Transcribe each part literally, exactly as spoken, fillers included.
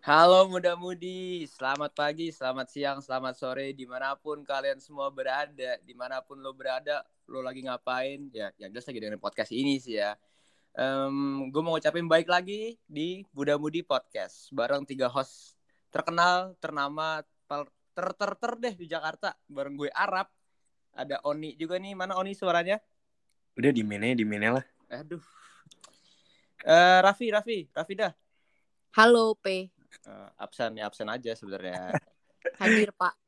Halo muda-mudi, selamat pagi, selamat siang, selamat sore, dimanapun kalian semua berada, dimanapun lo berada, lo lagi ngapain, ya yang jelas lagi dengerin podcast ini sih ya. Um, gue mau ngucapin baik lagi di Muda-Mudi Podcast, bareng tiga host terkenal, ternama, ter-ter-ter deh di Jakarta, bareng gue Arab, ada Oni juga nih, mana Oni suaranya? Udah di mana di mana lah. Aduh, uh, Raffi, Raffi, Raffi dah. Halo P. Uh, absen ya absen aja sebenarnya. Hadir Pak.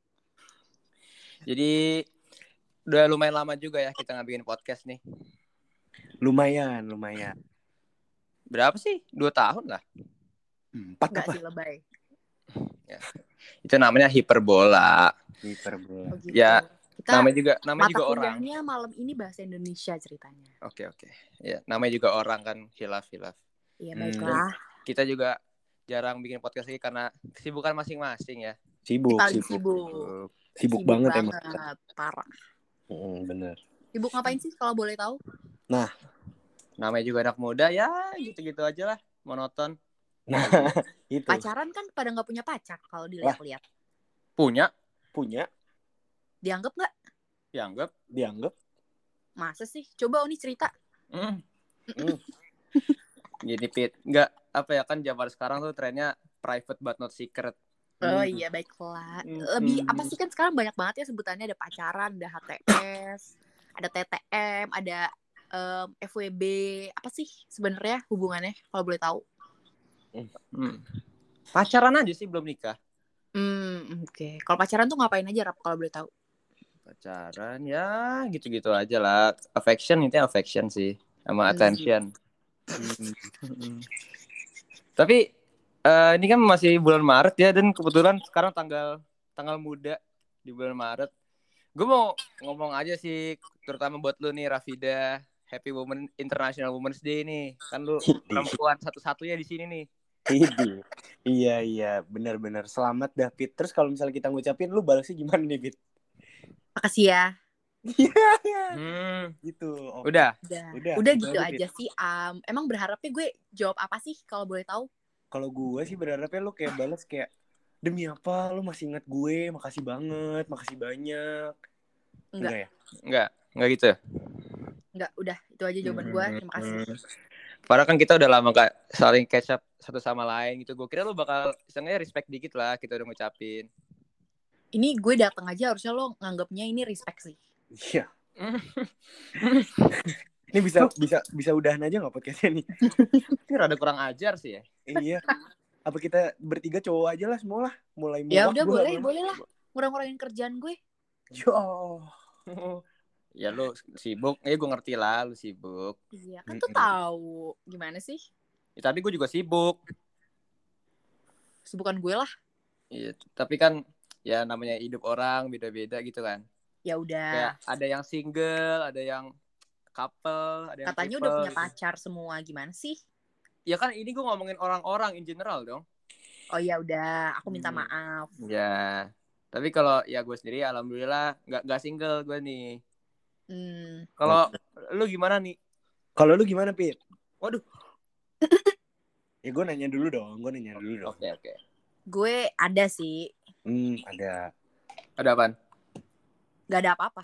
Jadi udah lumayan lama juga ya kita nggak bikin podcast nih. Lumayan, lumayan. Berapa sih? Dua tahun lah. Empat Nggak apa? sih lebay. Ya. Itu namanya hiperbola. Hiperbola. Oh, gitu. Ya. Kita namanya juga namanya mata juga orang. kuliahnya malam ini bahasa Indonesia ceritanya. Oke oke. Ya namanya juga orang kan hilaf hilaf. Iya Hmm. baiklah. Kita juga jarang bikin podcast lagi karena kesibukan masing-masing ya. Sibuk, Paling sibuk. sibuk. Sibuk banget emang. Parah. Hmm, bener. Sibuk ngapain sih kalau boleh tahu? Nah, namanya juga anak muda ya gitu-gitu aja lah, monoton. nah itu. Pacaran kan pada nggak punya pacar kalau dilihat-lihat. Punya? Punya? Dianggap nggak? Dianggap? Dianggap? Masa sih? Coba Oni cerita. Mm. Hmm. Gini Pit, nggak apa ya kan zaman sekarang tuh trennya private but not secret. Oh Hmm. iya baiklah. Hmm. Lebih apa sih kan sekarang banyak banget ya sebutannya, ada pacaran, ada H T S, ada T T M, ada um, F W B. Apa sih sebenarnya hubungannya kalau boleh tahu? Hmm. Pacaran aja sih belum nikah. Hmm, oke. Okay. Kalau pacaran tuh ngapain aja Rap kalau boleh tahu? Pacaran ya gitu-gitu aja lah. Affection itu affection sih sama Hmm. attention. Hmm. Tapi uh, ini kan masih bulan Maret ya, dan kebetulan sekarang tanggal tanggal muda di bulan Maret. Gue mau ngomong aja sih, terutama buat lu nih Rafida, Happy Women International Women's Day nih. Kan lu perempuan satu-satunya di sini nih. Ini. Iya iya, benar-benar selamat dah Pit. Terus kalau misalnya kita ngucapin, lu balasnya gimana nih Pit? Makasih ya. Hmm. Gitu. Okay. Udah. Udah. Udah, Udah gitu gitu aja, aja sih. Um, emang berharapnya gue jawab apa sih kalau boleh tahu? Kalau gue sih berharapnya lu kayak balas kayak, demi apa lu masih ingat gue, makasih banget, makasih banyak. Enggak. Enggak ya? Enggak, enggak gitu. Enggak, udah itu aja jawaban gue. Terima kasih. Padahal kan kita udah lama gak saling catch up satu sama lain gitu. Gue kira lu bakal istilahnya respect dikit lah, kita udah ngucapin. Ini gue datang aja harusnya lo nganggapnya ini respect sih. Iya. Ini bisa bisa bisa udahan aja nggak podcastnya nih? Ini rada kurang ajar sih ya. Iya. Apa kita bertiga cowok aja lah semua lah. Mulai ya udah boleh lah. boleh lah. Ngurang-ngurangin kerjaan gue. Yo. Ya lu sibuk, ya gue ngerti lah lu sibuk. Iya kan tuh tahu gimana sih? Ya, tapi gue juga sibuk. Sibukan gue lah. Iya, tapi kan ya namanya hidup orang beda-beda gitu kan. Ya udah. Kayak ada yang single, ada yang couple, ada yang katanya triple, udah punya gitu. pacar semua, gimana sih? Ya kan ini gue ngomongin orang-orang in general dong. Oh ya udah, aku minta hmm. maaf. Ya, tapi kalau ya gue sendiri alhamdulillah nggak nggak single gue nih. Hmm. Kalau lu gimana nih? Kalau lu gimana Pit? Waduh. Ya gue nanya dulu dong, gue nanya dulu dong. Oke okay, oke. Okay. Gue ada sih. Hmm ada. Ada apaan? Gak ada apa-apa.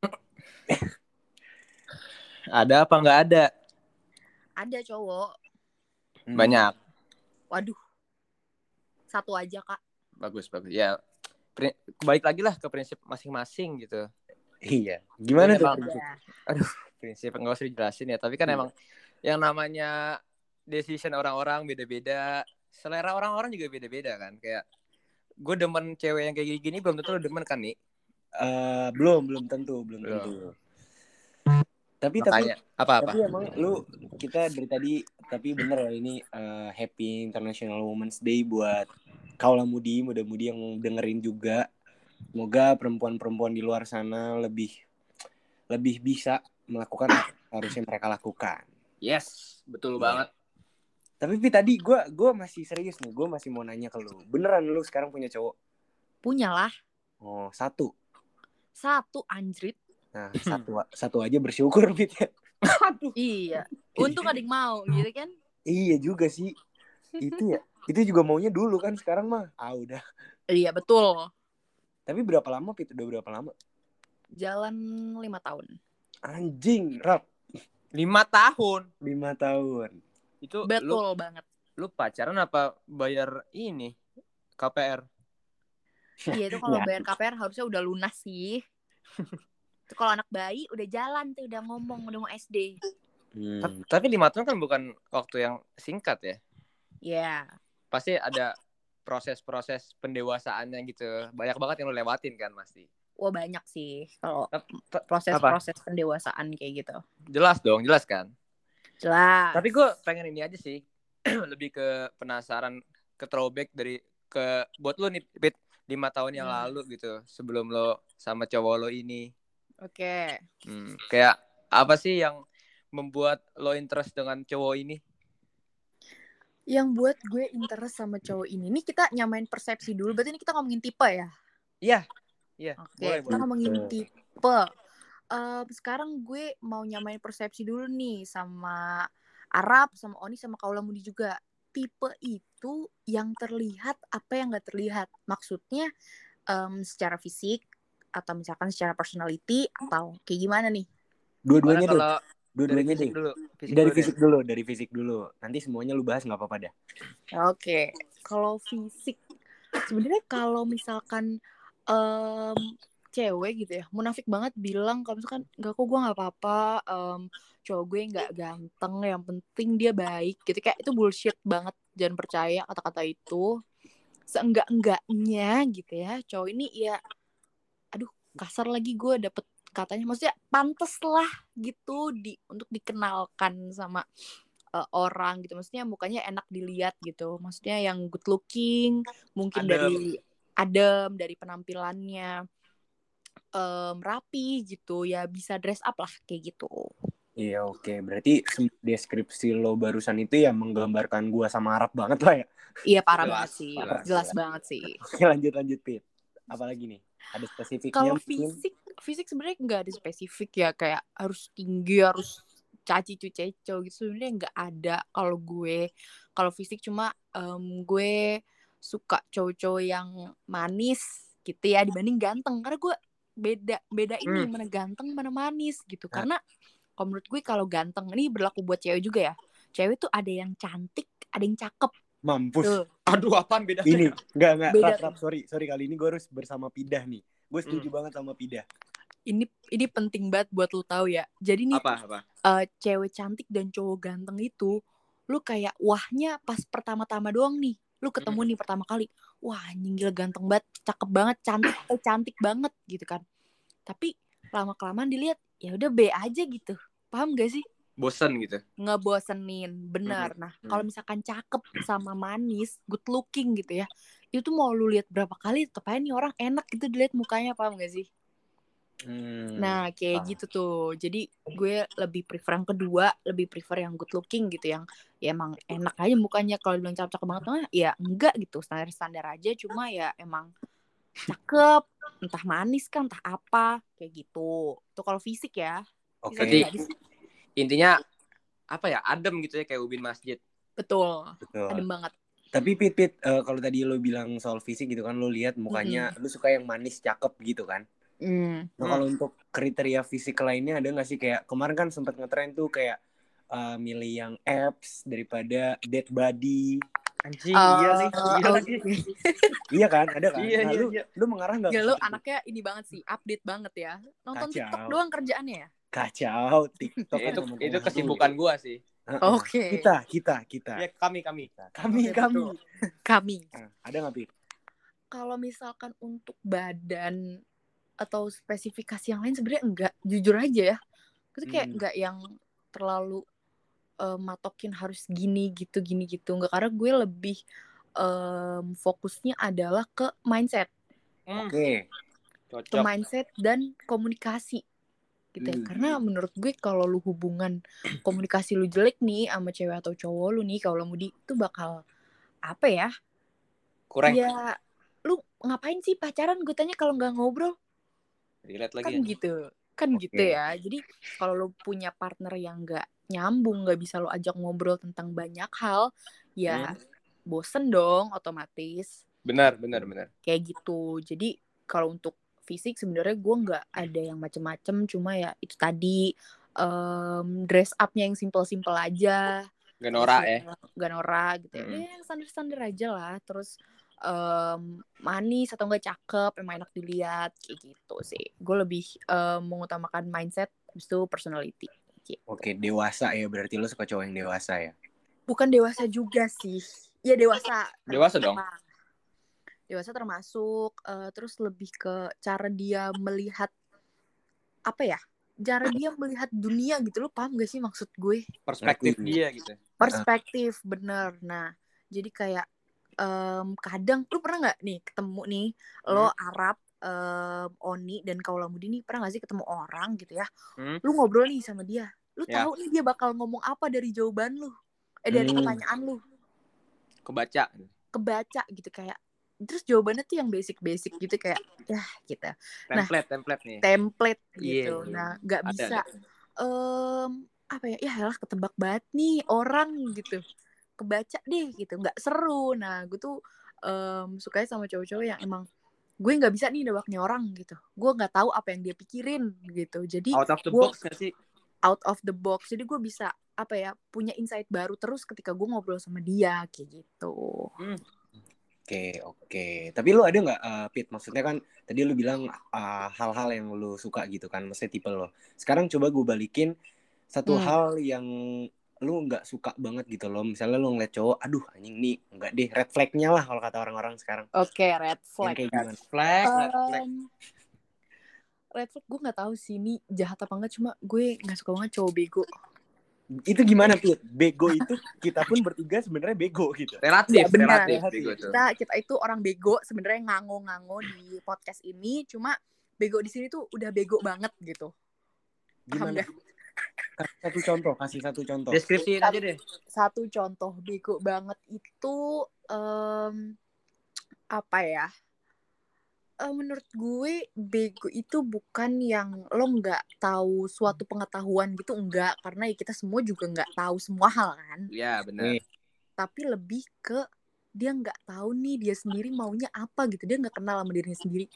Ada apa nggak ada? Ada cowok. Hmm. Banyak. Waduh. Satu aja kak. Bagus bagus ya. Balik lagi lah ke prinsip masing-masing gitu. Iya. Gimana tuh? Aduh, prinsip nggak usah dijelasin ya. Tapi kan iya. Emang yang namanya decision orang-orang beda-beda. Selera orang-orang juga beda-beda kan. Kayak gue demen cewek yang kayak gini belum tentu lo demen kan nih? Uh, belum belum tentu belum, belum. tentu. Tapi Makanya, tapi apa-apa? Tapi emang lu kita dari tadi tapi bener ya ini uh, Happy International Women's Day buat kaula mudi, muda-mudi yang dengerin juga. Semoga perempuan-perempuan di luar sana lebih lebih bisa melakukan apa yang harusnya mereka lakukan. Yes, betul yeah. banget. Tapi Pi, tadi gue gue masih serius nih, gue masih mau nanya ke lu. Beneran lu sekarang punya cowok? Punya lah. Oh, satu. Satu anjrit. Nah, satu satu aja bersyukur Fit ya. Aduh. Iya. Untung ada yang mau gitu kan? Iya juga sih. Itu ya. Itu juga maunya dulu kan, sekarang mah ah udah. Iya betul. Tapi berapa lama Pit? Udah berapa lama? Jalan lima tahun. Anjing, Rap. Lima tahun. Lima tahun. Itu Betul lu, banget. Lu pacaran apa bayar ini K P R? Iya itu kalau Ya. bayar K P R harusnya udah lunas sih. Itu kalau anak bayi udah jalan tuh, udah ngomong, udah mau S D. Hmm. Ta- Tapi lima tahun kan bukan waktu yang singkat ya. Iya. Yeah. Pasti ada proses-proses pendewasaannya gitu. Banyak banget yang lu lewatin kan pasti. Wah banyak sih kalau Tep- te- proses-proses pendewasaan kayak gitu. Jelas dong, jelas kan. Jelas. Tapi gue pengen ini aja sih. Lebih ke penasaran, ke throwback dari ke buat lu nih Pit, lima tahun yang Hmm. lalu gitu. Sebelum lo sama cowok lo ini. Oke. Hmm, kayak apa sih yang membuat lo interest dengan cowok ini? Yang buat gue interest sama cowok ini, ini kita nyamain persepsi dulu. Berarti ini kita ngomongin tipe ya? Iya, iya. Oke, Boleh, kita boleh. ngomongin tipe. Um, sekarang gue mau nyamain persepsi dulu nih sama Arab, sama Oni, sama Kaula Mudi juga. Tipe itu yang terlihat apa yang gak terlihat. Maksudnya um, secara fisik atau misalkan secara personality atau kayak gimana nih? Dua-duanya Gimana deh. kalau dari Dua-duanya fisik deh. dulu? Fisik Dari dulu deh. fisik dulu, dari fisik dulu. Nanti semuanya lu bahas nggak apa-apa dah. Oke, kalau fisik sebenarnya kalau misalkan um, cewek gitu ya, munafik banget bilang kalau misalkan nggak kok gue nggak apa-apa, um, cowok gue nggak ganteng, yang penting dia baik gitu, kayak itu bullshit banget, jangan percaya kata-kata itu. Seenggak-enggaknya gitu ya, cowok ini ya, aduh kasar lagi gue dapet katanya, maksudnya pantes lah gitu di untuk dikenalkan sama uh, orang gitu, maksudnya mukanya enak dilihat gitu, maksudnya yang good looking, mungkin Adem. dari adem, dari penampilannya um, rapi gitu ya, bisa dress up lah kayak gitu. Iya oke, okay. Berarti deskripsi lo barusan itu ya menggambarkan gua sama Arab banget lah ya. Iya parah Jelas, banget sih, jelas, jelas jelas. banget sih. Oke lanjut lanjut Pit. Apalagi nih? Ada spesifiknya Kalau mungkin? fisik, fisik sebenarnya nggak ada spesifik ya, kayak harus tinggi, harus caci cuceco gitu, sebenarnya nggak ada. Kalau gue, kalau fisik cuma um, gue suka cowok-cowok yang manis gitu ya dibanding ganteng, karena gue beda beda ini Hmm. mana ganteng mana manis gitu. Nah. Karena kalau menurut gue kalau ganteng ini berlaku buat cewek juga ya. Cewek tuh ada yang cantik, ada yang cakep. Mampus. Tuh. Aduh, apaan bedanya? Ini enggak enggak Beda rap, rap, sorry sorry kali ini gue harus bersama Pidah nih. Gue setuju Hmm. banget sama Pidah. Ini ini penting banget buat lu tahu ya. Jadi nih Apa, apa? uh, cewek cantik dan cowok ganteng itu, lu kayak wahnya pas pertama-tama doang nih. Lu ketemu Hmm. nih pertama kali, wah anjing gila ganteng banget, cakep banget, cantik, eh cantik banget gitu kan. Tapi lama-kelamaan dilihat, ya udah B aja gitu. Paham gak sih? Bosen gitu. Ngebosenin, benar. Hmm. Nah, Hmm. kalau misalkan cakep sama manis, good looking gitu ya, itu mau lu lihat berapa kali, tetep aja nih orang enak gitu dilihat mukanya, paham gak sih? Hmm. Nah, kayak Ah. gitu tuh. Jadi gue lebih prefer yang kedua, lebih prefer yang good looking gitu, yang ya emang enak aja mukanya. Kalau dibilang cakep-cakep banget mah ya enggak gitu, standar-standar aja, cuma ya emang cakep, entah manis kan, entah apa, kayak gitu. Tuh kalau fisik ya. Oke. Fisik Berarti- gadis. Intinya apa ya? Adem gitu ya, kayak ubin masjid. Betul. Betul. Adem banget. Tapi Pit Pit uh, kalau tadi lo bilang soal fisik gitu kan, lo lihat mukanya, Mm-mm. lo suka yang manis cakep gitu kan. Mm. Nah kalau untuk kriteria fisik lainnya ada nggak sih, kayak kemarin kan sempat ngetren tuh kayak uh, milih yang abs daripada dead body. Anjing, Uh, iya nih. Iya oh, lagi. Iya kan, ada kan. Iya, nah iya, lu iya. lu mengarah nggak? ya ke lu situ? anaknya ini banget sih, update banget ya. Nonton Kacau. TikTok doang kerjaannya ya? Kacau TikTok kan Itu teman-teman itu gua. kesibukan gua sih. Uh-uh. Oke. Kita kita kita Ya kami kami. kami Oke, kami. betul. Kami. Nah, ada nggak Pit? Kalau misalkan untuk badan atau spesifikasi yang lain sebenarnya enggak, jujur aja ya. Itu kayak Hmm. enggak yang terlalu uh, matokin harus gini gitu gini gitu, enggak, karena gue lebih um, fokusnya adalah ke mindset, Hmm. Oke. ke Cocok. mindset dan komunikasi gitu ya. Hmm. Karena menurut gue kalau lu hubungan komunikasi lu jelek nih sama cewek atau cowok lu nih, kalau mudi itu bakal apa ya? Kurang. Ya lu ngapain sih pacaran, gue tanya, kalau nggak ngobrol? Relate lagi Kan ya. gitu, kan Oke. gitu ya. Jadi kalau lo punya partner yang nggak nyambung, nggak bisa lo ajak ngobrol tentang banyak hal, ya Hmm. bosen dong otomatis. Benar, benar, benar. Kayak gitu. Jadi kalau untuk fisik sebenarnya gue nggak ada yang macem-macem, cuma ya itu tadi um, dress up-nya yang simple-simple aja. Gak norak ya. Gak norak gitu ya. Mm-hmm. Ya yang standar-standar aja lah. Terus um, manis atau enggak cakep, emang enak dilihat kayak gitu sih. Gue lebih um, mengutamakan mindset, habis itu personality. Gitu. Oke, dewasa ya, berarti lo suka cowok yang dewasa ya? Bukan dewasa juga sih. Ya dewasa. Dewasa dong. Dewasa termasuk, uh, terus lebih ke cara dia melihat apa ya? Cara dia melihat dunia gitu, lo paham gak sih maksud gue? Perspektif dia gitu. Perspektif, bener. Nah, jadi kayak um, kadang lu pernah nggak nih ketemu nih hmm. lo Arab, um, Oni dan Kaulamudi nih pernah nggak sih ketemu orang gitu ya? Hmm? Lu ngobrol nih sama dia, lu ya. Tahu nih dia bakal ngomong apa dari jawaban lu, eh dari hmm. pertanyaan lu. Kebaca. Kebaca gitu kayak. Terus jawabannya tuh yang basic-basic gitu kayak ya gitu. Template, nah, template nih. Template gitu. Yeah. Nah, nggak ada, bisa. Ada. Um, apa ya? Ya elah ketebak banget nih orang gitu. Kebaca deh gitu, nggak seru. Nah, gue tuh um, sukanya sama cowok-cowok yang emang gue nggak bisa nih nebaknya orang gitu. Gue nggak tahu apa yang dia pikirin gitu. Jadi out of the gue, box gak sih? Out of the box. Jadi gue bisa apa ya punya insight baru terus ketika gue ngobrol sama dia kayak gitu. Hmm. Oke, oke. Tapi lu ada nggak, uh, Pit? Maksudnya kan tadi lu bilang uh, hal-hal yang lu suka gitu kan, maksudnya tipe lo. Sekarang coba gue balikin satu hmm. hal yang lu nggak suka banget gitu loh. Misalnya lu ngeliat cowok, aduh anjing nih, nggak deh, red flag-nya lah kalau kata orang-orang sekarang. Oke, okay, red flag. Red flag, um, red flag. Red flag gue nggak tahu sih ini jahat apa enggak, cuma gue nggak suka banget cowok bego. Itu gimana Pit? Bego itu kita pun bertiga sebenarnya bego gitu. Relatif, ya, benar. relatif bego itu. Kita kita itu orang bego sebenarnya ngango-ngango di podcast ini, cuma bego di sini tuh udah bego banget gitu. Gimana? Kasih satu contoh, kasih satu contoh. Deskripsiin aja deh. Satu contoh bego banget itu um, apa ya? Uh, menurut gue bego itu bukan yang lo nggak tahu suatu pengetahuan gitu, enggak, karena ya kita semua juga nggak tahu semua hal kan. Iya benar. Tapi lebih ke dia nggak tahu nih dia sendiri maunya apa gitu, dia nggak kenal sama dirinya sendiri.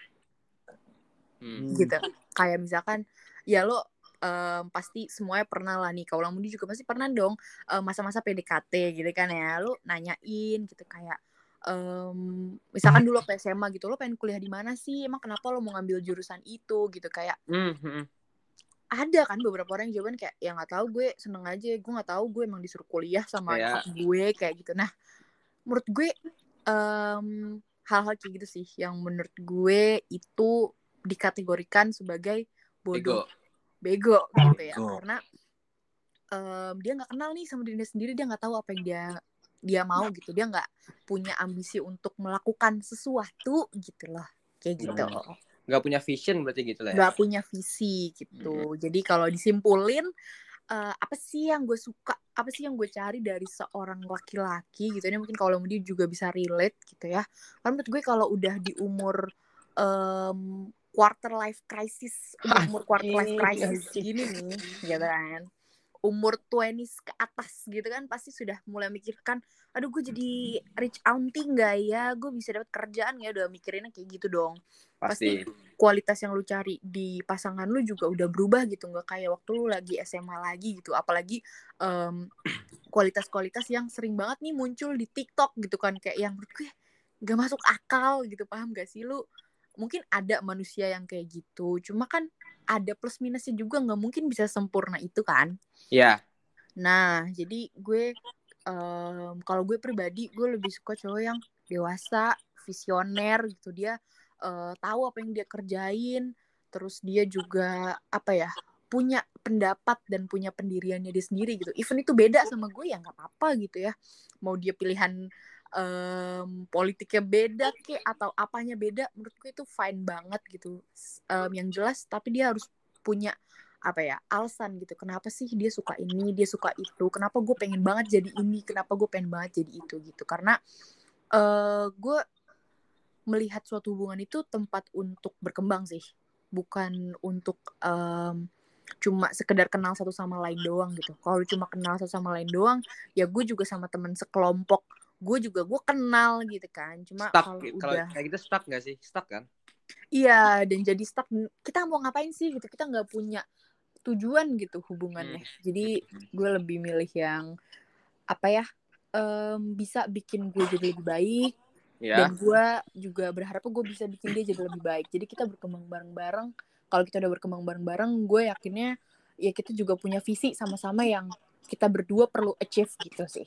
Hmm. Gitu. Kayak misalkan ya lo um, pasti semuanya pernah lah nih, Kaulamudi juga pasti pernah dong um, masa-masa P D K T gitu kan ya, lo nanyain gitu kayak Um, misalkan dulu ke S M A gitu, lo pengen kuliah di mana sih, emang kenapa lo mau ngambil jurusan itu gitu, kayak mm-hmm. ada kan beberapa orang yang jawaban kayak ya nggak tahu, gue seneng aja, gue nggak tahu, gue emang disuruh kuliah sama kayak... gue kayak gitu. Nah menurut gue um, hal-hal kayak gitu sih yang menurut gue itu dikategorikan sebagai bodoh, bego, bego gitu ya, karena um, dia nggak kenal nih sama dirinya sendiri, dia nggak tahu apa yang dia dia mau gitu, dia nggak punya ambisi untuk melakukan sesuatu gitu loh, kayak gitu. Nggak punya vision berarti gitu lah ya. Nggak punya visi gitu. Hmm. Jadi kalau disimpulin uh, apa sih yang gue suka, apa sih yang gue cari dari seorang laki-laki gitu, ini mungkin kalau dia juga bisa relate gitu ya. Karena menurut gue kalau udah di umur um, quarter life crisis, umur quarter life crisis gini nih gitu kan, umur twenties ke atas gitu kan, pasti sudah mulai mikirkan, aduh gue jadi rich auntie nggak ya, gue bisa dapat kerjaan ya, udah mikirinnya kayak gitu dong. Pasti. Pasti kualitas yang lu cari di pasangan lu juga udah berubah gitu, nggak kayak waktu lu lagi S M A lagi gitu. Apalagi um, kualitas-kualitas yang sering banget nih muncul di TikTok gitu kan, kayak yang menurut gue nggak masuk akal gitu, paham gak sih lu? Mungkin ada manusia yang kayak gitu, cuma kan ada plus minusnya juga, nggak mungkin bisa sempurna itu kan. Iya. Yeah. Nah, jadi gue um, kalau gue pribadi, gue lebih suka cowok yang dewasa, visioner gitu. Dia uh, tahu apa yang dia kerjain, terus dia juga apa ya, punya pendapat dan punya pendiriannya dia sendiri gitu. Even itu beda sama gue ya nggak apa-apa gitu ya. Mau dia pilihan Um, politiknya beda kek atau apanya beda, menurut gue itu fine banget gitu. Um, yang jelas tapi dia harus punya apa ya, alasan gitu, kenapa sih dia suka ini, dia suka itu, kenapa gue pengen banget jadi ini, kenapa gue pengen banget jadi itu gitu. Karena uh, gue melihat suatu hubungan itu tempat untuk berkembang sih, bukan untuk um, cuma sekedar kenal satu sama lain doang gitu. Kalau cuma kenal satu sama lain doang, ya gue juga sama temen sekelompok gue juga gue kenal gitu kan. Cuma Stuck, kalau kalau udah kayak gitu stuck gak sih? Stuck kan? iya, dan jadi stuck, kita mau ngapain sih gitu, kita nggak punya tujuan gitu hubungannya. Hmm. Jadi gue lebih milih yang apa ya, em, bisa bikin gue jadi lebih baik. Ya. Dan gue juga berharap gue bisa bikin dia jadi lebih baik. Jadi kita berkembang bareng-bareng. Kalau kita udah berkembang bareng-bareng, gue yakinnya ya kita juga punya visi sama-sama yang kita berdua perlu achieve gitu sih.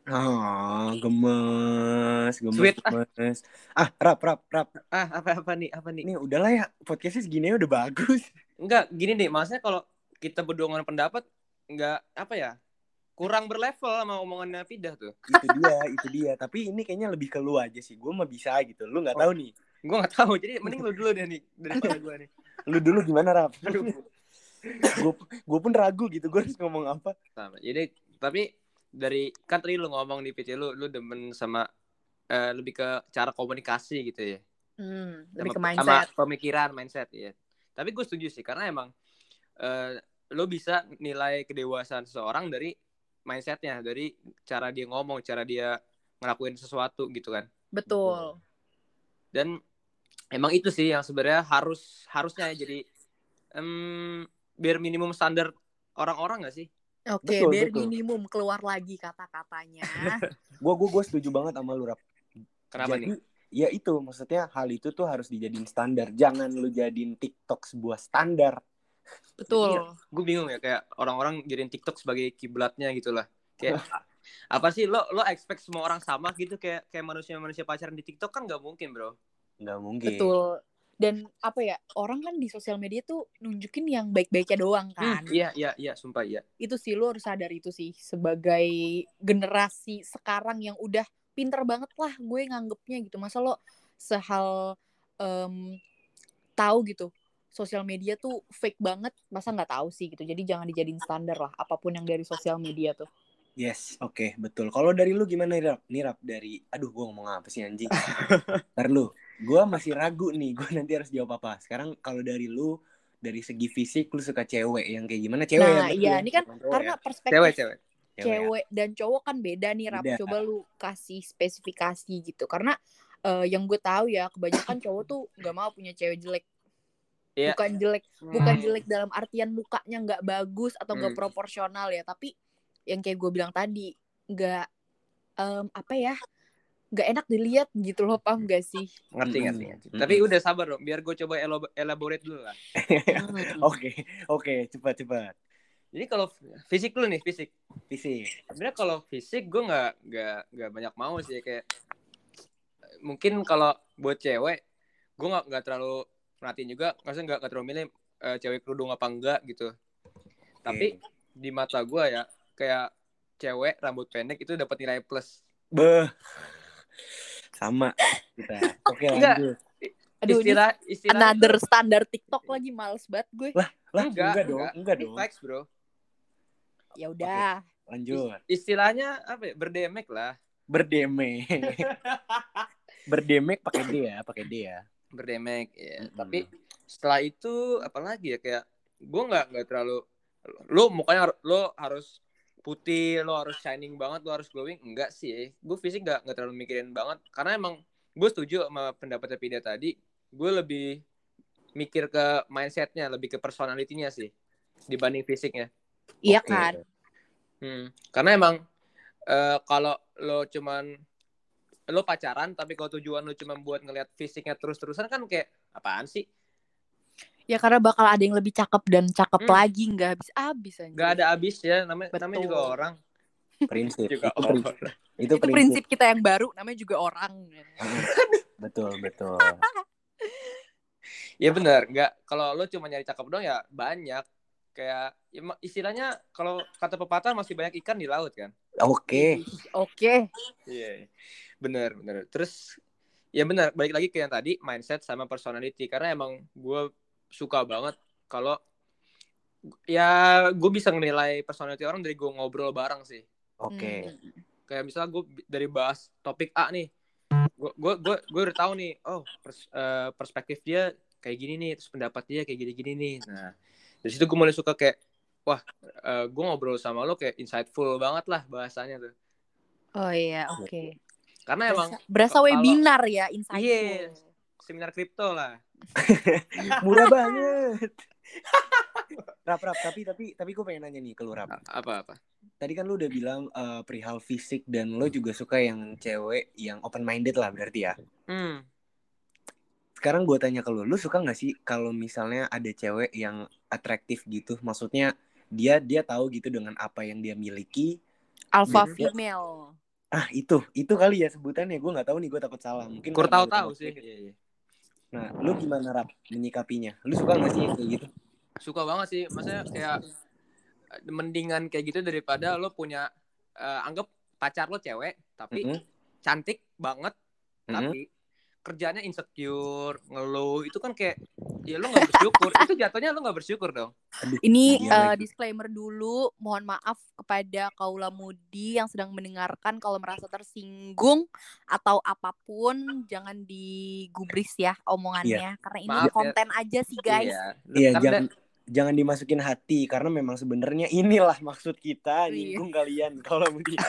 Oh, gemes, gemes, Sweet. gemes. Ah, rap, rap, rap. Ah, apa-apa nih, apa nih? Nih, udahlah ya, podcastnya segini udah bagus. Enggak, gini deh, maksudnya kalau kita berdua ngomongin pendapat, enggak, apa ya, kurang berlevel sama omongannya Pidah tuh. Itu dia, itu dia. Tapi ini kayaknya lebih ke lu aja sih. Gue mah bisa gitu. Lu gak Oh. tahu nih. Gue gak tahu, jadi mending lu dulu deh nih, daripada gue nih. Lu dulu gimana, Rap? Aduh. Gue gue pun ragu gitu, gue harus ngomong apa. Sama. Jadi, tapi dari, kan tadi lu ngomong di P C lu, lu demen sama, uh, lebih ke cara komunikasi gitu ya. Hmm, lebih sama, ke mindset. Sama pemikiran, mindset ya. Tapi gue setuju sih, karena emang uh, lo bisa nilai kedewasaan seseorang dari mindsetnya, dari cara dia ngomong, cara dia ngelakuin sesuatu gitu kan. Betul. Dan emang itu sih yang sebenarnya harus harusnya jadi um, biar minimum standar orang-orang nggak sih? Oke, Betul, biar betul. minimum keluar lagi kata-katanya. Gue gue gue setuju banget sama lu, Rap. Kenapa Jadi, nih? ya itu maksudnya hal itu tuh harus dijadiin standar. Jangan lu jadiin TikTok sebuah standar. Betul. Iya, gue bingung ya kayak orang-orang jadiin TikTok sebagai kiblatnya gitu lah. Kayak apa sih lo lo expect semua orang sama gitu kayak kayak manusia-manusia pacaran di TikTok kan nggak mungkin, bro. Nggak mungkin. Betul. Dan apa ya, orang kan di sosial media tuh nunjukin yang baik-baiknya doang kan. Hmm, iya, iya, iya, sumpah iya. Itu sih, lo harus sadar itu sih. Sebagai generasi sekarang yang udah pinter banget lah gue nganggepnya gitu. Masa lo sehal um, tahu gitu sosial media tuh fake banget, masa nggak tahu sih gitu. Jadi jangan dijadiin standar lah apapun yang dari sosial media tuh. Yes, oke, okay, betul. Kalau dari lu gimana nih, Rap? Nih, Rap, dari... Aduh, gue ngomong apa sih, anjing? Ntar lu, gue masih ragu nih. Gue nanti harus jawab apa. Sekarang kalau dari lu, dari segi fisik, lu suka cewek yang kayak gimana? Cewek nah, ya? iya, ini kan karena ya. perspektif Cewek, cewek. cewek dan cowok kan beda nih, Rap. Beda. Coba lu kasih spesifikasi gitu. Karena uh, yang gue tahu ya, kebanyakan cowok tuh nggak mau punya cewek jelek. Yeah. Bukan jelek, hmm. bukan jelek dalam artian mukanya nggak bagus atau nggak hmm. proporsional ya, tapi yang kayak gue bilang tadi, nggak um, apa ya, nggak enak dilihat gitu loh, paham gak sih? Ngerti ngerti. Mm-hmm. Tapi udah sabar dong, biar gue coba elaborate dulu lah. Oke oke, cepat cepat. Jadi kalau fisik dulu nih, fisik. Fisik. Sebenarnya kalau fisik gue nggak nggak nggak banyak mau sih, kayak mungkin kalau buat cewek gue nggak nggak terlalu perhatiin juga, maksudnya nggak terlalu milih uh, cewek kerudung apa enggak gitu. Okay. Tapi di mata gue ya kayak cewek rambut pendek itu dapat nilai plus. Beh. Sama kita. Oke, lanjut. Aduh, istilah istilah another itu... standar TikTok lagi, males banget gue. Lah, lah enggak, enggak dong, enggak, enggak dong. Facts, bro. Ya udah. Okay, lanjut. Istilahnya apa ya? Berdemek lah. Berdemek. Berdemek pakai D ya, pakai D ya. Berdemek ya. Mm-hmm. Tapi setelah itu apalagi ya, kayak gue nggak nggak terlalu lo mukanya lo harus putih, lo harus shining banget, lo harus glowing, enggak sih. Gue fisik nggak nggak terlalu mikirin banget karena emang gue setuju sama pendapatnya Pida tadi. Gue lebih mikir ke mindsetnya, lebih ke personality-nya sih dibanding fisiknya. Iya okay. kan. Hmm. Karena emang uh, kalau lo cuman lo pacaran tapi kalau tujuan lo cuma buat ngelihat fisiknya terus-terusan kan kayak apaan sih? Ya karena bakal ada yang lebih cakep dan cakep hmm. lagi, nggak habis-habis aja. Nggak ada habis ya, namanya, namanya juga orang. Prinsip. juga itu, orang. Prinsip. itu, itu prinsip. prinsip kita yang baru, namanya juga orang. betul betul. Ya benar, nggak kalau lo cuma nyari cakep doang ya banyak. Kayak ya, istilahnya kalau kata pepatah masih banyak ikan di laut kan. Oke. Okay. Oke. Okay. Iya. Benar, benar. Terus ya benar, balik lagi ke yang tadi, mindset sama personality, karena emang gue suka banget kalau ya gue bisa menilai personality orang dari gue ngobrol bareng sih. Oke. Okay. Hmm. Kayak misalnya gue dari bahas topik A nih, gue gue gue gue udah tahu nih, oh pers, uh, perspektif dia kayak gini nih, terus pendapat dia kayak gini-gini nih. Nah dari situ gue mulai suka kayak, wah uh, gue ngobrol sama lo kayak insightful banget lah bahasanya tuh. Oh iya, oke. Okay. Karena emang Berasa, berasa kalau- webinar ya, insightful. Iya, seminar kripto lah. Murah banget. Rap rap tapi tapi tapi gue pengen nanya nih ke lu Rap. Apa apa? Tadi kan lu udah bilang uh, perihal fisik dan lu juga suka yang cewek yang open minded lah berarti ya. Hmm. Sekarang gue tanya ke lu, lu suka nggak sih kalau misalnya ada cewek yang atraktif gitu? Maksudnya dia dia tahu gitu dengan apa yang dia miliki. Alpha Dia- female. Ah itu itu kali ya sebutannya. Gue nggak tahu nih, gue takut salah. Mungkin Kur karena tahu-tahu lu- sih. Iya, iya. Nah, lu gimana Rap menyikapinya? Lu suka nggak sih yang kayak gitu? Suka banget sih. Maksudnya kayak eh, mendingan kayak gitu daripada lo punya eh, anggap pacar lo cewek tapi Mm-mm. cantik banget Mm-mm. tapi kerjanya insecure, ngeluh, itu kan kayak ya lo nggak bersyukur. Itu jatuhnya lo nggak bersyukur dong. Aduh, Ini iya uh, lagi. disclaimer dulu, mohon maaf kepada kaula mudi yang sedang mendengarkan, kalau merasa tersinggung atau apapun jangan digubris ya omongannya, karena ini Maaf ya. konten aja sih guys. Iya. Iya, Karena jangan jangan dimasukin hati karena memang sebenarnya inilah maksud kita Iya. nyinggung kalian kalau mau di.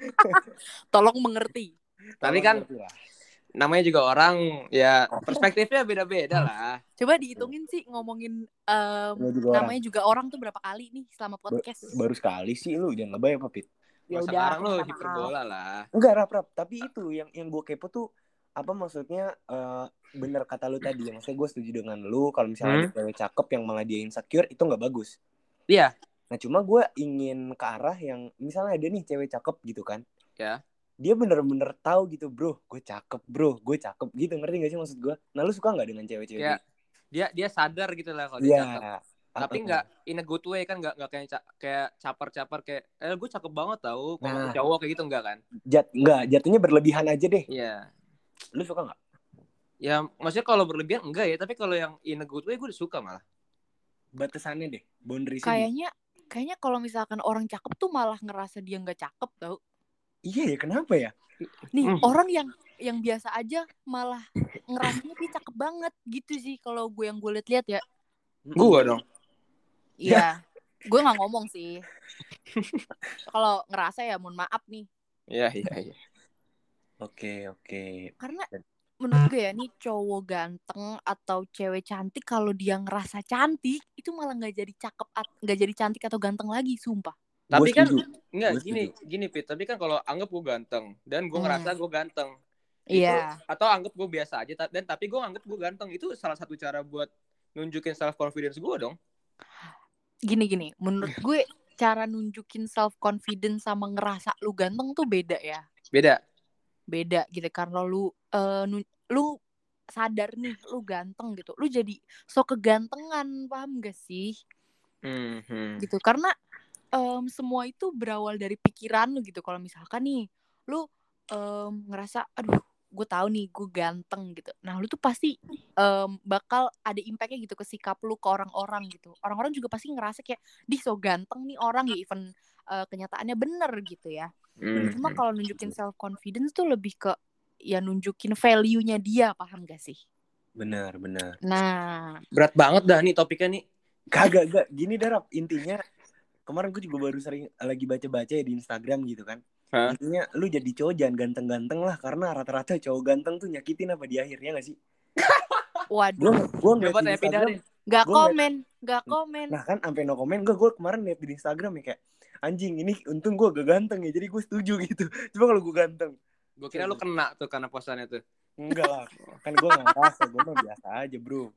Tolong mengerti. Tapi kan namanya juga orang ya perspektifnya beda-beda lah. Coba dihitungin sih ngomongin um, Namanya juga namanya juga orang tuh berapa kali nih selama podcast. Baru sekali sih lu jangan lebay apa Pit? Ya Kalau udah, sekarang lo minta maaf. hiperbola lah. Enggak rap rap tapi itu yang yang gue kepo tuh apa maksudnya eh, bener kata lu tadi, maksudnya gue setuju dengan lu kalau misalnya ada cewek cakep yang malah dia insecure itu nggak bagus. Iya. Nah cuma gue ingin ke arah yang misalnya ada nih cewek cakep gitu kan, Ya. dia bener-bener tahu gitu bro, gue cakep bro, gue cakep gitu, ngerti gak sih maksud gue? Nah lu suka nggak dengan cewek-cewek Kayak gitu? dia dia sadar gitu lah kalau Iya. dia cakep. Tapi nggak in a good way kan, nggak nggak kayak ca- kayak caper-caper kayak eh gue cakep banget tau kalau Nah. cowok kayak gitu enggak kan? Jat enggak, jatuhnya berlebihan aja deh. Iya. Lu suka nggak? Ya maksudnya kalau berlebihan enggak ya, tapi kalau yang in a good way gue suka malah. Batasannya deh, boundariesnya. Kayaknya kayaknya kalau misalkan orang cakep tuh malah ngerasa dia nggak cakep tau. Iya ya, kenapa ya? Nih Hmm. orang yang yang biasa aja malah ngerasanya dia cakep banget gitu sih kalau gue yang gue liat-liat ya. Gue dong. Iya, gue nggak ngomong sih. Kalau ngerasa ya mohon maaf nih. Iya iya iya. Oke oke. Karena menurut gue ya nih cowok ganteng atau cewek cantik kalau dia ngerasa cantik itu malah nggak jadi cakep nggak jadi cantik atau ganteng lagi, sumpah. Tapi kan setuju. enggak Gua gini gini Pit, tapi kan kalau anggap gue ganteng dan gue Hmm. ngerasa gue ganteng. Itu, Iya. atau anggap gue biasa aja ta- dan tapi gue anggap gue ganteng, itu salah satu cara buat nunjukin self confidence gue dong. Gini-gini, menurut gue cara nunjukin self confidence sama ngerasa lu ganteng tuh beda ya. Beda. Beda gitu karena lu uh, nu- lu sadar nih lu ganteng gitu. Lu jadi sok kegantengan, paham gak sih? Hmm. Gitu. Karena um, semua itu berawal dari pikiran lu gitu. Kalau misalkan nih lu um, ngerasa aduh gue tahu nih gue ganteng gitu. Nah lu tuh pasti um, bakal ada impactnya gitu ke sikap lu ke orang-orang gitu. Orang-orang juga pasti ngerasa kayak di so ganteng nih orang ya, even uh, kenyataannya bener gitu ya. Hmm. Cuma kalau nunjukin self confidence tuh lebih ke ya nunjukin value-nya dia, paham gak sih? Benar benar. Nah Berat banget dah nih topiknya nih. Kagak gak gini Darap, intinya kemarin gue juga baru sering lagi baca-baca ya di Instagram gitu kan. Hah? Intinya lu jadi cowok jangan ganteng-ganteng lah, karena rata-rata cowok ganteng tuh nyakitin apa di akhirnya gak sih? waduh, Gue gue ngeliat Coba di tanya pindah Instagram. deh. gak Gua komen, gak komen. Nah kan sampai no komen, gue gue kemarin liat di Instagram ya kayak anjing ini untung gue gak ganteng ya, jadi gue setuju gitu. Coba kalau gue ganteng. Gue kira lu kena tuh karena posannya tuh. Enggak lah, kan gue gak ngerasa, gue mah biasa aja bro.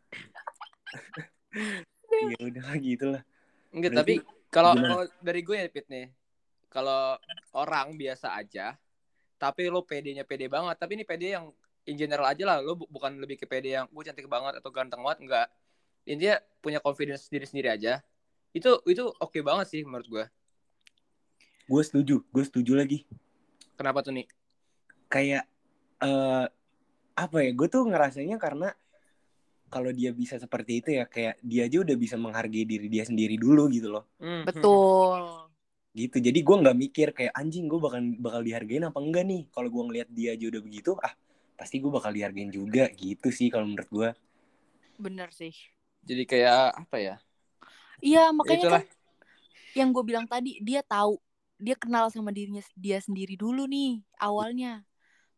Ya udah gitu lah. Enggak, Berarti tapi kalau gimana? kalau dari gue ya Pit nih. Kalau orang biasa aja, tapi lo pedenya pede banget. Tapi ini pede yang in general aja lah. Lo bu- bukan lebih ke pede yang gue cantik banget atau ganteng banget, enggak. Intinya punya confidence diri sendiri aja. Itu itu oke banget sih menurut gue. Gue setuju, gue setuju lagi. Kenapa tuh nih? Kayak eh apa ya? Gue tuh ngerasanya karena kalau dia bisa seperti itu ya kayak dia aja udah bisa menghargai diri dia sendiri dulu gitu loh. Hmm. Betul. Gitu. Jadi gue nggak mikir kayak anjing gue bakal bakal dihargain apa enggak nih. Kalau gue ngelihat dia aja udah begitu, ah pasti gue bakal dihargain juga gitu sih kalau menurut gue. Bener sih. Jadi kayak apa ya? Iya makanya Itulah. kan yang gue bilang tadi, dia tahu, dia kenal sama dirinya dia sendiri dulu nih awalnya.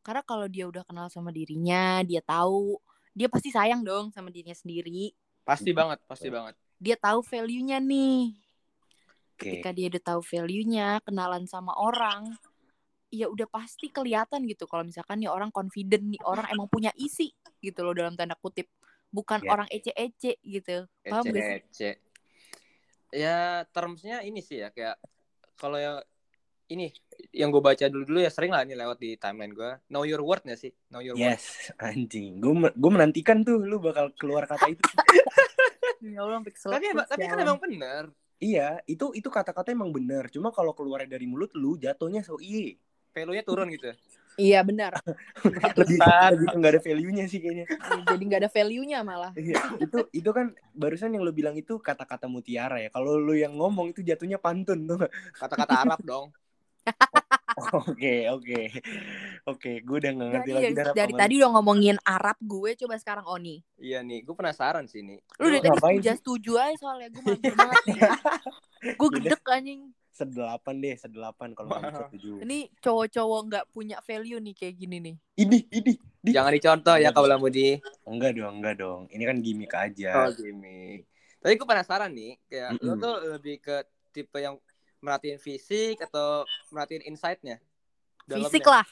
Karena kalau dia udah kenal sama dirinya, dia tahu, dia pasti sayang dong sama dirinya sendiri. Pasti banget, pasti banget. Dia tahu value-nya nih. Oke. Ketika dia udah tahu value-nya, kenalan sama orang, ya udah pasti kelihatan gitu kalau misalkan nih orang confident, nih orang emang punya isi gitu loh dalam tanda kutip. Bukan Ya. orang ece-ece gitu. Paham gak sih? Ece-ece. Ya termsnya ini sih ya, kayak kalau ya ini yang gue baca dulu-dulu ya, sering lah ini lewat di timeline gue. Know your worth gak sih? Know your worth. Yes, anjing. Gue gue menantikan tuh lu bakal keluar kata itu. Ya Allah, sampai kesel. Tapi tapi kan emang bener. Iya, itu itu kata-kata emang bener. Cuma kalau keluar dari mulut lu jatuhnya so iye. Value-nya turun gitu. Iya benar. lebih lebih nggak ada value-nya sih kayaknya. Jadi nggak ada value-nya malah. Iya, itu itu kan barusan yang lu bilang itu kata-kata mutiara ya. Kalau lu yang ngomong itu jatuhnya pantun tuh. Kata-kata Arab dong. Oke, oke. Oke, gue udah nggak ngerti Jadi lagi dari, darah dari tadi udah ngomongin Arab, gue coba sekarang Oni. Iya nih, gue penasaran sih nih. Lu dari tadi ngapain setuju sih? setuju aja soalnya gue mager banget nih. Gue gedek anjing. Sedelapan deh, sedelapan kalau nggak bisa tujuh. Ini cowok-cowok nggak punya value nih kayak gini nih. Ini, ini, ini. Jangan dicontoh ya Kaula Mudi. Enggak dong, enggak dong. Ini kan gimmick aja. Oh gimmick. Tapi gue penasaran nih, kayak Mm-mm. lo tuh lebih ke tipe yang merhatiin fisik atau merhatiin insight-nya? Fisik lah.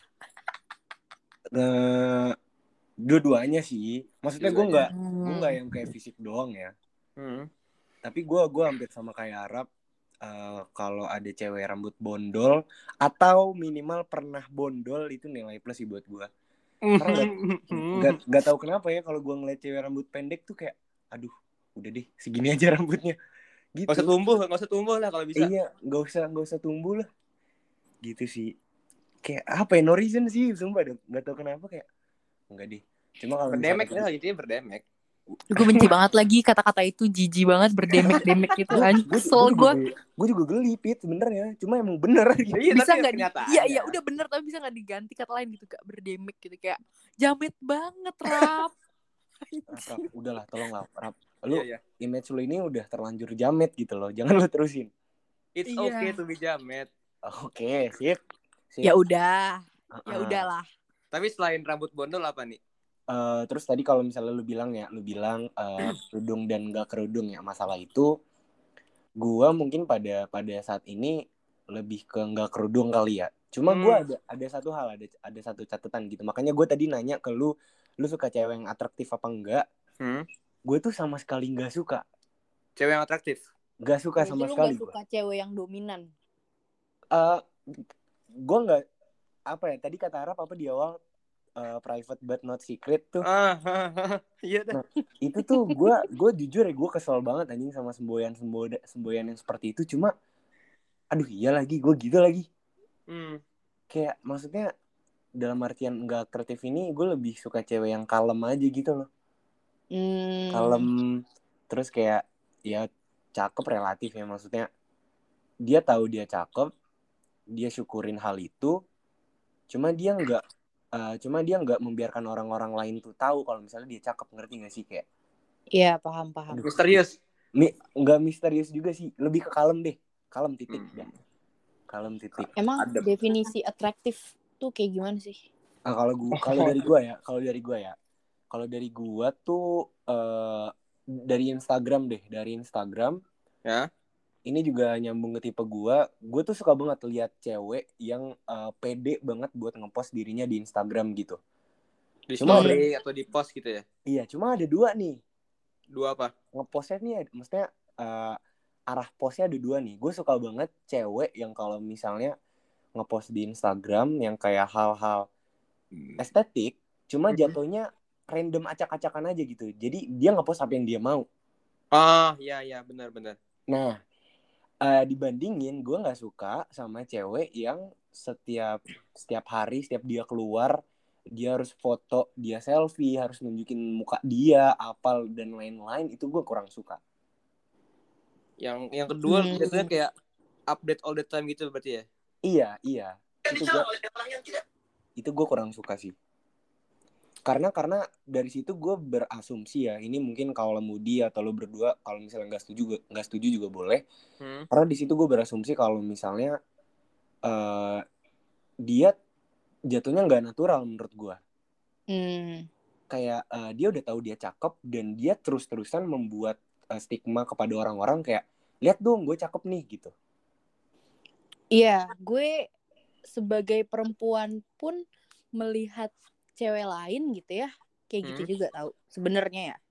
Uh, dua-duanya sih. Maksudnya gue nggak, Hmm. gue nggak yang kayak fisik doang ya. Hmm. Tapi gue, gue hampir sama kayak Arab. Uh, kalau ada cewek rambut bondol atau minimal pernah bondol itu nilai plus sih buat gue. Karena nggak nggak tahu kenapa ya kalau gue ngeliat cewek rambut pendek tuh kayak, aduh, udah deh segini aja rambutnya. Gitu. Gak usah tumbuh, gak usah tumbuh lah kalau bisa. Iya, nggak usah nggak usah tumbuh lah. Gitu sih. Kayak apa ya, no reason sih, sumpah deh. Nggak tahu kenapa kayak, enggak deh. Cuma kalau berdemek misalkan... lah, intinya berdemek. Gue benci banget lagi kata-kata itu, jijik banget, berdemek-demek gitu kan. Kesel gue. Gue juga geli Pit sebenarnya, cuma emang bener gitu. Iya, Bisa nggak? Iya iya ya. udah bener, tapi bisa nggak diganti kata lain gitu, kak, berdemek gitu, kayak jamet banget Rap. Rap, udahlah tolong lah Rap. Lu iya, iya. image lu ini udah terlanjur jamet gitu loh, jangan lu terusin. It's Iya. okay to be jamet. Oke, okay, sip. sip. Ya udah, uh-uh. ya udahlah. Tapi selain rambut bondol apa nih? Uh, terus tadi kalau misalnya lu bilang ya, lu bilang uh, kerudung dan gak kerudung ya, masalah itu gua mungkin pada pada saat ini lebih ke gak kerudung kali ya. Cuma hmm. gua ada ada satu hal, ada ada satu catatan gitu. Makanya gua tadi nanya ke lu, lu suka cewek yang atraktif apa enggak? Hmm. Gue tuh sama sekali gak suka. Cewek yang atraktif? Gak suka. Jadi sama lu sekali. Lu gak suka gua. Cewek yang dominan? Uh, gua gak, apa ya, tadi kata Arab apa di awal? Uh, private but not secret tuh. Ah, iya dah. Nah, itu tuh gue gue jujur ya, gue kesel banget anjing sama semboyan semboyan semboyan yang seperti itu. Cuma aduh iya lagi gue gitu lagi. Hmm. Kayak maksudnya dalam artian enggak kreatif ini, gue lebih suka cewek yang kalem aja gitu loh. Hmm. Kalem, terus kayak ya cakep relatif ya, maksudnya dia tahu dia cakep, dia syukurin hal itu. Cuma dia enggak Uh, cuma dia nggak membiarkan orang-orang lain tuh tahu kalau misalnya dia cakep, ngerti nggak sih kayak? Iya, paham paham. Aduh, misterius? Mi, nggak misterius juga sih, lebih ke kalem deh, kalem titik hmm. ya, kalem titik. Emang Adem. Definisi atraktif tuh kayak gimana sih? Nah, kalau gua, kalau dari gua ya, kalau dari gua ya, kalau dari gua tuh uh, dari Instagram deh, dari Instagram. Ya. Ini juga nyambung ke tipe gue. Gue tuh suka banget lihat cewek yang uh, pede banget buat ngepost dirinya di Instagram gitu. Di story cuma, atau di post gitu ya? Iya, cuma ada dua nih. Dua apa? Ngepostnya nih, maksudnya uh, arah postnya ada dua nih. Gue suka banget cewek yang kalau misalnya ngepost di Instagram yang kayak hal-hal hmm. estetik, cuma mm-hmm. jatuhnya random acak-acakan aja gitu. Jadi dia ngepost apa yang dia mau. Ah, iya iya benar-benar. Nah, Uh, dibandingin gue nggak suka sama cewek yang setiap setiap hari setiap dia keluar dia harus foto, dia selfie, harus nunjukin muka dia, apal dan lain-lain. Itu gue kurang suka. Yang yang kedua hmm. biasanya kayak update all the time gitu berarti ya? Iya iya. Itu gue itu gue kurang suka sih. Karena karena dari situ gue berasumsi ya, ini mungkin kalau Mudi atau lo berdua kalau misalnya nggak setuju nggak setuju juga boleh. Hmm. Karena di situ gue berasumsi kalau misalnya uh, dia jatuhnya nggak natural menurut gue. Hmm. Kayak uh, dia udah tahu dia cakep dan dia terus-terusan membuat uh, stigma kepada orang-orang kayak lihat dong gue cakep nih gitu. Iya, gue sebagai perempuan pun melihat cewek lain gitu ya, kayak gitu Hmm. juga tahu sebenarnya ya.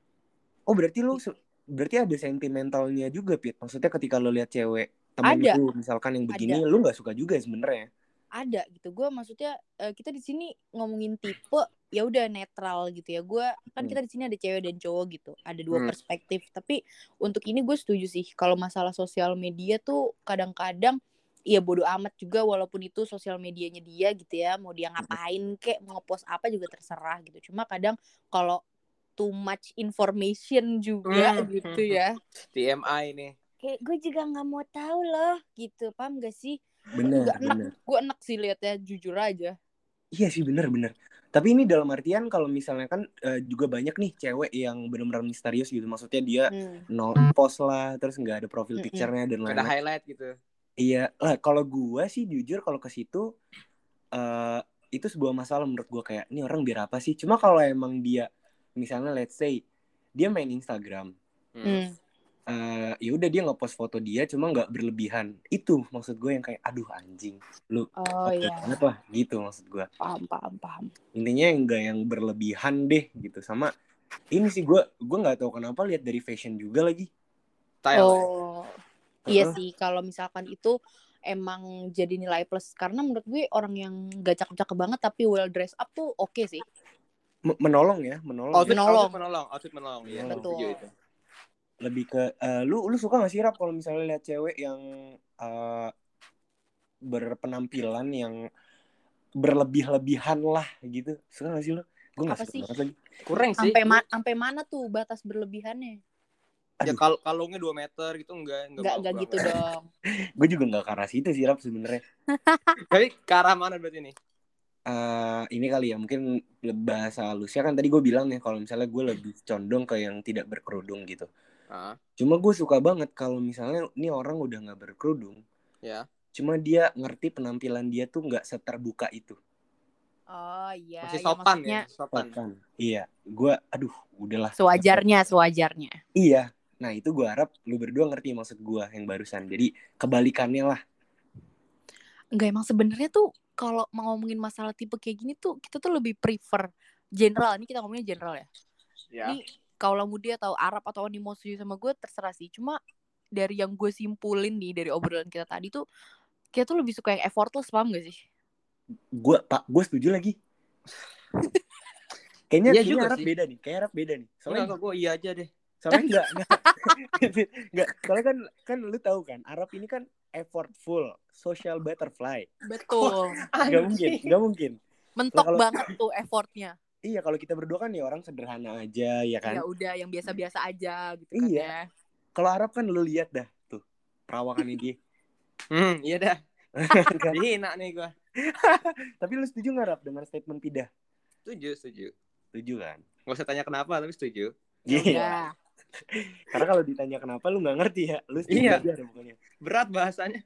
Oh berarti lu berarti ada sentimentalnya juga, Pit. Maksudnya ketika lu lihat cewek temen Ada. lu misalkan yang begini, Ada. lu nggak suka juga sebenarnya. Ada gitu. Gue maksudnya uh, kita di sini ngomongin tipe ya udah netral gitu ya. Gue kan Hmm. kita di sini ada cewek dan cowok gitu. Ada dua Hmm. perspektif. Tapi untuk ini gue setuju sih kalau masalah sosial media tuh kadang-kadang ya bodo amat juga walaupun itu sosial medianya dia gitu ya. Mau dia ngapain kek, mau ngepost apa juga terserah gitu. Cuma kadang kalau too much information juga Hmm. gitu ya. T M I nih. Kayak gue juga nggak mau tahu loh gitu, paham gak sih? Bener, Gak enak, bener. gue enak sih liatnya jujur aja. Iya sih bener-bener. Tapi ini dalam artian kalau misalnya kan uh, juga banyak nih cewek yang benar-benar misterius gitu. Maksudnya dia Hmm. no post lah, terus nggak ada profil Mm-mm. picture-nya dan Ada lain-lain. highlight gitu. Iya, lah kalau gue sih jujur kalau ke situ uh, itu sebuah masalah menurut gue kayak ini orang biar apa sih? Cuma kalau emang dia misalnya let's say dia main Instagram, Hmm. uh, ya udah dia ngepost foto dia cuma nggak berlebihan. Itu maksud gue yang kayak aduh anjing, lu Oh oke iya, banget lah gitu maksud gue. paham paham paham. Intinya enggak yang berlebihan deh gitu. Sama ini sih gue gue nggak tahu kenapa lihat dari fashion juga lagi. Style. Oh iya Uh-uh. sih kalau misalkan itu emang jadi nilai plus karena menurut gue orang yang gak cakep-cakep banget tapi well dressed up tuh oke okay sih. M- menolong ya, menolong. Outfit, ya. Menolong. outfit menolong, outfit menolong. Iya, Menolong. setuju Betul. itu. Lebih ke uh, lu lu suka nggak sih Rap kalau misalnya lihat cewek yang uh, berpenampilan yang berlebih-lebihan lah gitu, suka nggak sih lu? Gue nggak Apa suka sih? banget lagi. Kurang sih. Sampai ma- sampai mana tuh batas berlebihannya? Ya Aduh, kal kalungnya dua meter gitu enggak, enggak Nggak mau nggak banget. gitu dong. gue juga nggak ke arah situ sih Rap sebenarnya. Tapi ke arah mana berarti nih? Uh, ini kali ya mungkin bahasa halusnya kan tadi gue bilang ya kalau misalnya gue lebih condong ke yang tidak berkerudung gitu. Ah, Cuma gue suka banget kalau misalnya ini orang udah nggak berkerudung, ya. cuma dia ngerti penampilan dia tuh nggak seterbuka itu. Oh iya. Masih Ya, sopan maksudnya ya, sopan. Sopan. Iya, gue aduh udahlah. sewajarnya sewajarnya. Iya, nah itu gue harap lu berdua ngerti maksud gue yang barusan. Jadi kebalikannya lah. Enggak, emang sebenarnya tuh kalau mau ngomongin masalah tipe kayak gini tuh kita tuh lebih prefer general. Ini kita ngomongin general ya. Ya. Ini kaulah muda atau Arab atau animo setuju sama gue terserah sih. Cuma dari yang gue simpulin nih dari obrolan kita tadi tuh kita tuh lebih suka yang effortless, paham gak sih? Gue pak, gue setuju lagi. Kayaknya, Iya kayaknya juga Arab sih. beda nih. Kayak Arab beda nih. Soalnya Enggak, gue iya aja deh. soalnya enggak enggak. enggak. Soalnya kan kan lu tahu kan Arab ini kan effortful, social butterfly. Betul. Enggak mungkin, enggak mungkin. Mentok Kalau- banget tuh effortnya. Iya, kalau kita berdua kan ya orang sederhana aja ya kan. Ya udah yang biasa-biasa aja gitu kan Iya. ya. Kalau Arab kan lu lihat dah tuh perawakannya dia. Hmm, iya dah. Kan? Dihina nih gue. Tapi lu setuju nggak Rap dengan statement Pidah? Setuju, setuju. Setuju kan? Gak usah tanya kenapa, tapi setuju. Ya Iya. udah. Karena kalau ditanya kenapa lu nggak ngerti ya. Lu setuju Iya. aja pokoknya. Berat bahasanya.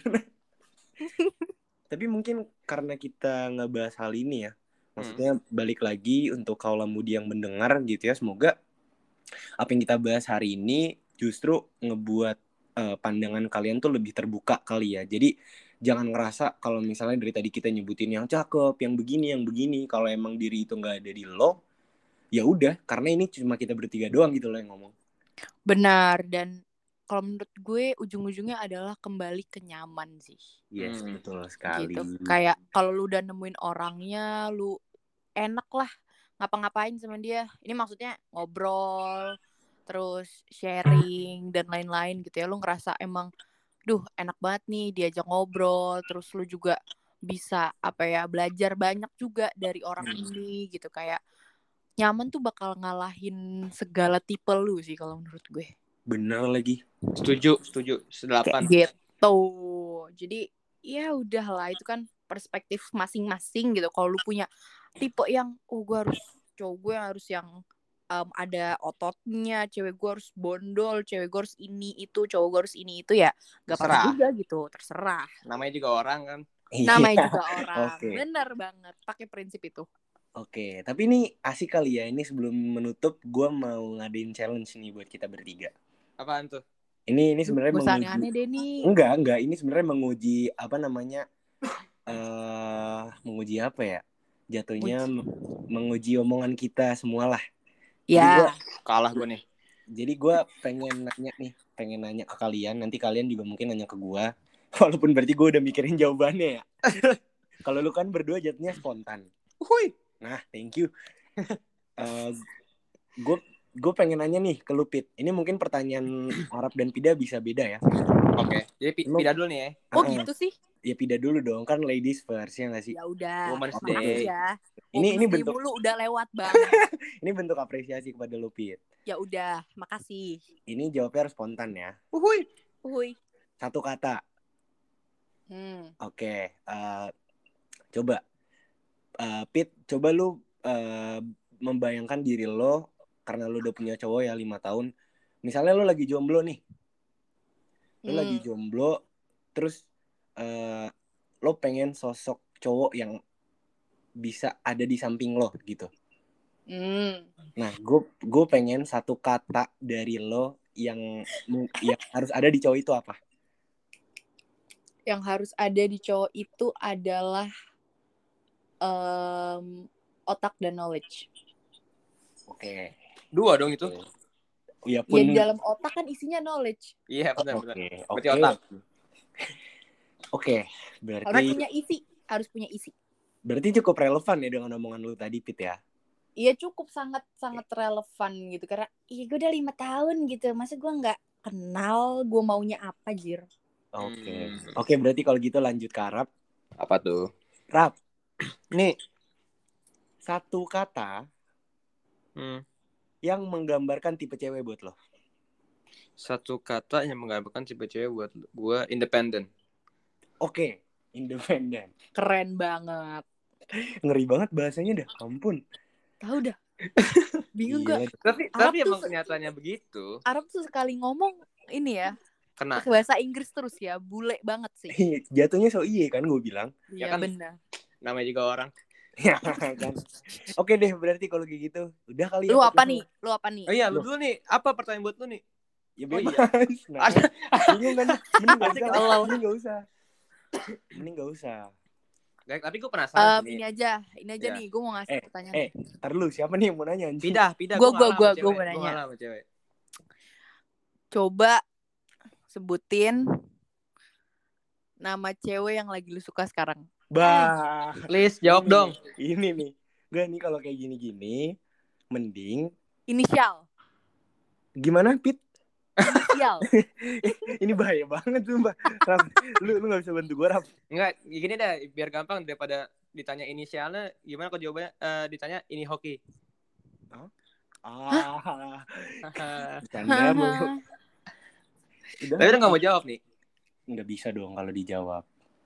Tapi mungkin karena kita ngebahas hal ini ya. Maksudnya balik lagi untuk kaula mudi yang mendengar gitu ya. Semoga apa yang kita bahas hari ini justru ngebuat uh, pandangan kalian tuh lebih terbuka kali ya. Jadi jangan ngerasa kalau misalnya dari tadi kita nyebutin yang cakep, yang begini, yang begini. Kalau emang diri itu nggak ada di lo, ya udah. Karena ini cuma kita bertiga doang gitu loh yang ngomong. Benar, dan kalau menurut gue ujung-ujungnya adalah kembali ke nyaman sih. Yes, Hmm. betul sekali. Gitu. Kayak kalau lu udah nemuin orangnya, lu enak lah ngapa-ngapain sama dia. Ini maksudnya ngobrol, terus sharing dan lain-lain gitu ya. Lu ngerasa emang, duh enak banget nih diajak ngobrol. Terus lu juga bisa apa ya belajar banyak juga dari orang Hmm. ini gitu. Kayak nyaman tuh bakal ngalahin segala tipe lu sih kalau menurut gue. Bener lagi. Setuju, setuju. Sedelapan. Kayak gitu. Jadi ya udahlah itu kan perspektif masing-masing gitu. Kalau lu punya tipe yang oh gue harus cowok gue harus yang um, ada ototnya, cewek gue harus bondol, cewek gue harus ini itu, cowok gue harus ini itu ya gak apa-apa Terserah. juga gitu, terserah. Namanya juga orang kan. Namanya juga orang. Oke. Bener banget. Pakai prinsip itu. Oke, tapi ini asik kali ya. Ini sebelum menutup, gue mau ngadain challenge nih buat kita bertiga. Apaan tuh? Ini ini sebenarnya Gak usah menguji. aneh-aneh deh nih. Enggak, enggak. Ini sebenarnya menguji apa namanya? Eh, uh, menguji apa ya? Jatuhnya Uji. menguji omongan kita semua lah. Ya. Jadi gua, Kalah gue nih. Jadi gue pengen nanya nih, pengen nanya ke kalian. Nanti kalian juga mungkin nanya ke gue. Walaupun berarti gue udah mikirin jawabannya ya. Kalau lu kan berdua jatuhnya spontan. Hui. Nah, thank you. Gue uh, gue pengen nanya nih ke lu, Pit. Ini mungkin pertanyaan Arab dan Pida bisa beda ya. Oke. Jadi P- Pida dulu nih ya. Oh uh-uh. gitu sih? Ya Pida dulu dong, kan ladies first ya nggak sih? Ya udah. Women's Maaf Day. ya. Ini Women's ini Day bentuk mulu udah lewat banget. Ini bentuk apresiasi kepada lu, Pit. Ya udah, makasih. Ini jawabnya harus spontan ya. Uhuy. Uhuy. Satu kata. Hmm. Oke, uh, coba uh, Pit, coba lu uh, membayangkan diri lo karena lu udah punya cowok ya lima tahun. Misalnya lu lagi jomblo nih, lu hmm. lagi jomblo, terus uh, lo pengen sosok cowok yang bisa ada di samping lo gitu. Hmm. Nah, gue gue pengen satu kata dari lo yang yang harus ada di cowok itu apa? Yang harus ada di cowok itu adalah um, otak dan knowledge. Oke. Dua dong itu. Ya, pun... ya di dalam otak kan isinya knowledge. Iya benar oh, benar. Oke. Berarti otak. Oke, berarti harus punya isi, harus punya isi. Berarti cukup relevan ya dengan omongan lu tadi, Pit ya? Iya cukup sangat sangat relevan gitu karena iya gue udah lima tahun gitu, masa gue nggak kenal gue maunya apa jir. Oke, okay. hmm. Oke okay, berarti kalau gitu lanjut ke Arab. Apa tuh? Rap. Nih satu kata hmm. yang menggambarkan tipe cewek buat lo. Satu kata yang menggambarkan tipe cewek buat gue, independen. Oke, okay. Independen. Keren banget. Ngeri banget bahasanya dah, ampun. Tahu dah. Bingung gue. Tapi Arab tapi emang tuh, kenyataannya begitu. Arab tuh sekali ngomong ini ya. Kena. Bahasa Inggris terus ya, bule banget sih. Jatuhnya so iye kan gue bilang. Iya ya kan, benar. Namanya juga orang. Ya kan. Oke deh, berarti kalau kayak gitu udah kali ya. Lu apa nih? Lu apa nih? Oh iya, lu dulu nih. Apa pertanyaan buat lu nih? Ya bebas. Oh, iya. Nah, bingung kan? Mending gak usah. Mending gak usah. Mending gak usah. Gak, tapi gue penasaran. Um, ini aja, ini aja ya. nih. Gue mau ngasih eh, pertanyaan. Eh, ntar lu siapa nih yang mau nanya? Pidah, pidah. Gue, gue, gue, gue mau nanya. Gue ngalah sama cewek. Coba sebutin nama cewek yang lagi lu suka sekarang. Bah, please jawab ini, dong. Ini nih, gue nih kalau kayak gini-gini, mending inisial. Gimana, Pit? Inisial. Ini bahaya banget tuh, Mbak. Rap, lu lu nggak bisa bantu gue, Rap. Enggak, gini deh, biar gampang daripada ditanya inisialnya. Gimana kalau jawabannya uh, ditanya ini hoki? Huh? Ah, bercanda mulu. Tapi udah nggak mau jawab nih. Nggak bisa dong kalau dijawab.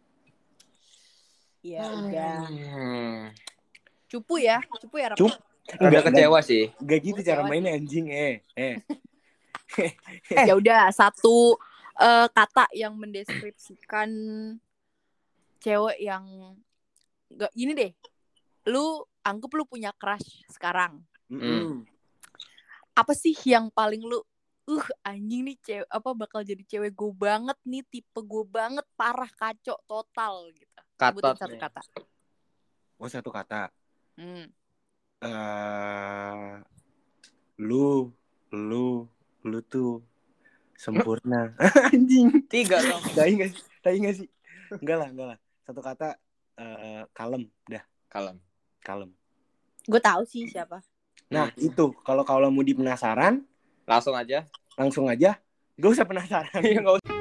Ya udah. Hmm. Cupu ya, cupu ya. Cup. Enggak kecewa sih. Gak gitu oh, cara mainnya anjing eh. Eh. Ya udah satu uh, kata yang mendeskripsikan cewek yang nggak gini deh. Lu anggap lu punya crush sekarang. Mm. Apa sih yang paling lu uh anjing nih cewek apa bakal jadi cewek gue banget nih, tipe gue banget, parah kacau total gitu. Sebutin satu kata. Oh satu kata. Hmm. Uh, lu lu lu tuh sempurna. Anjing. Tiga dong. Tahu nggak sih? Tahu nggak sih? Enggak lah, enggak lah. Satu kata uh, kalem, dah. Kalem. Kalem. Gue tahu sih siapa. Nah hmm. itu kalau kalau mau di penasaran, langsung aja. Langsung aja. Gak usah penasaran. Gak usah.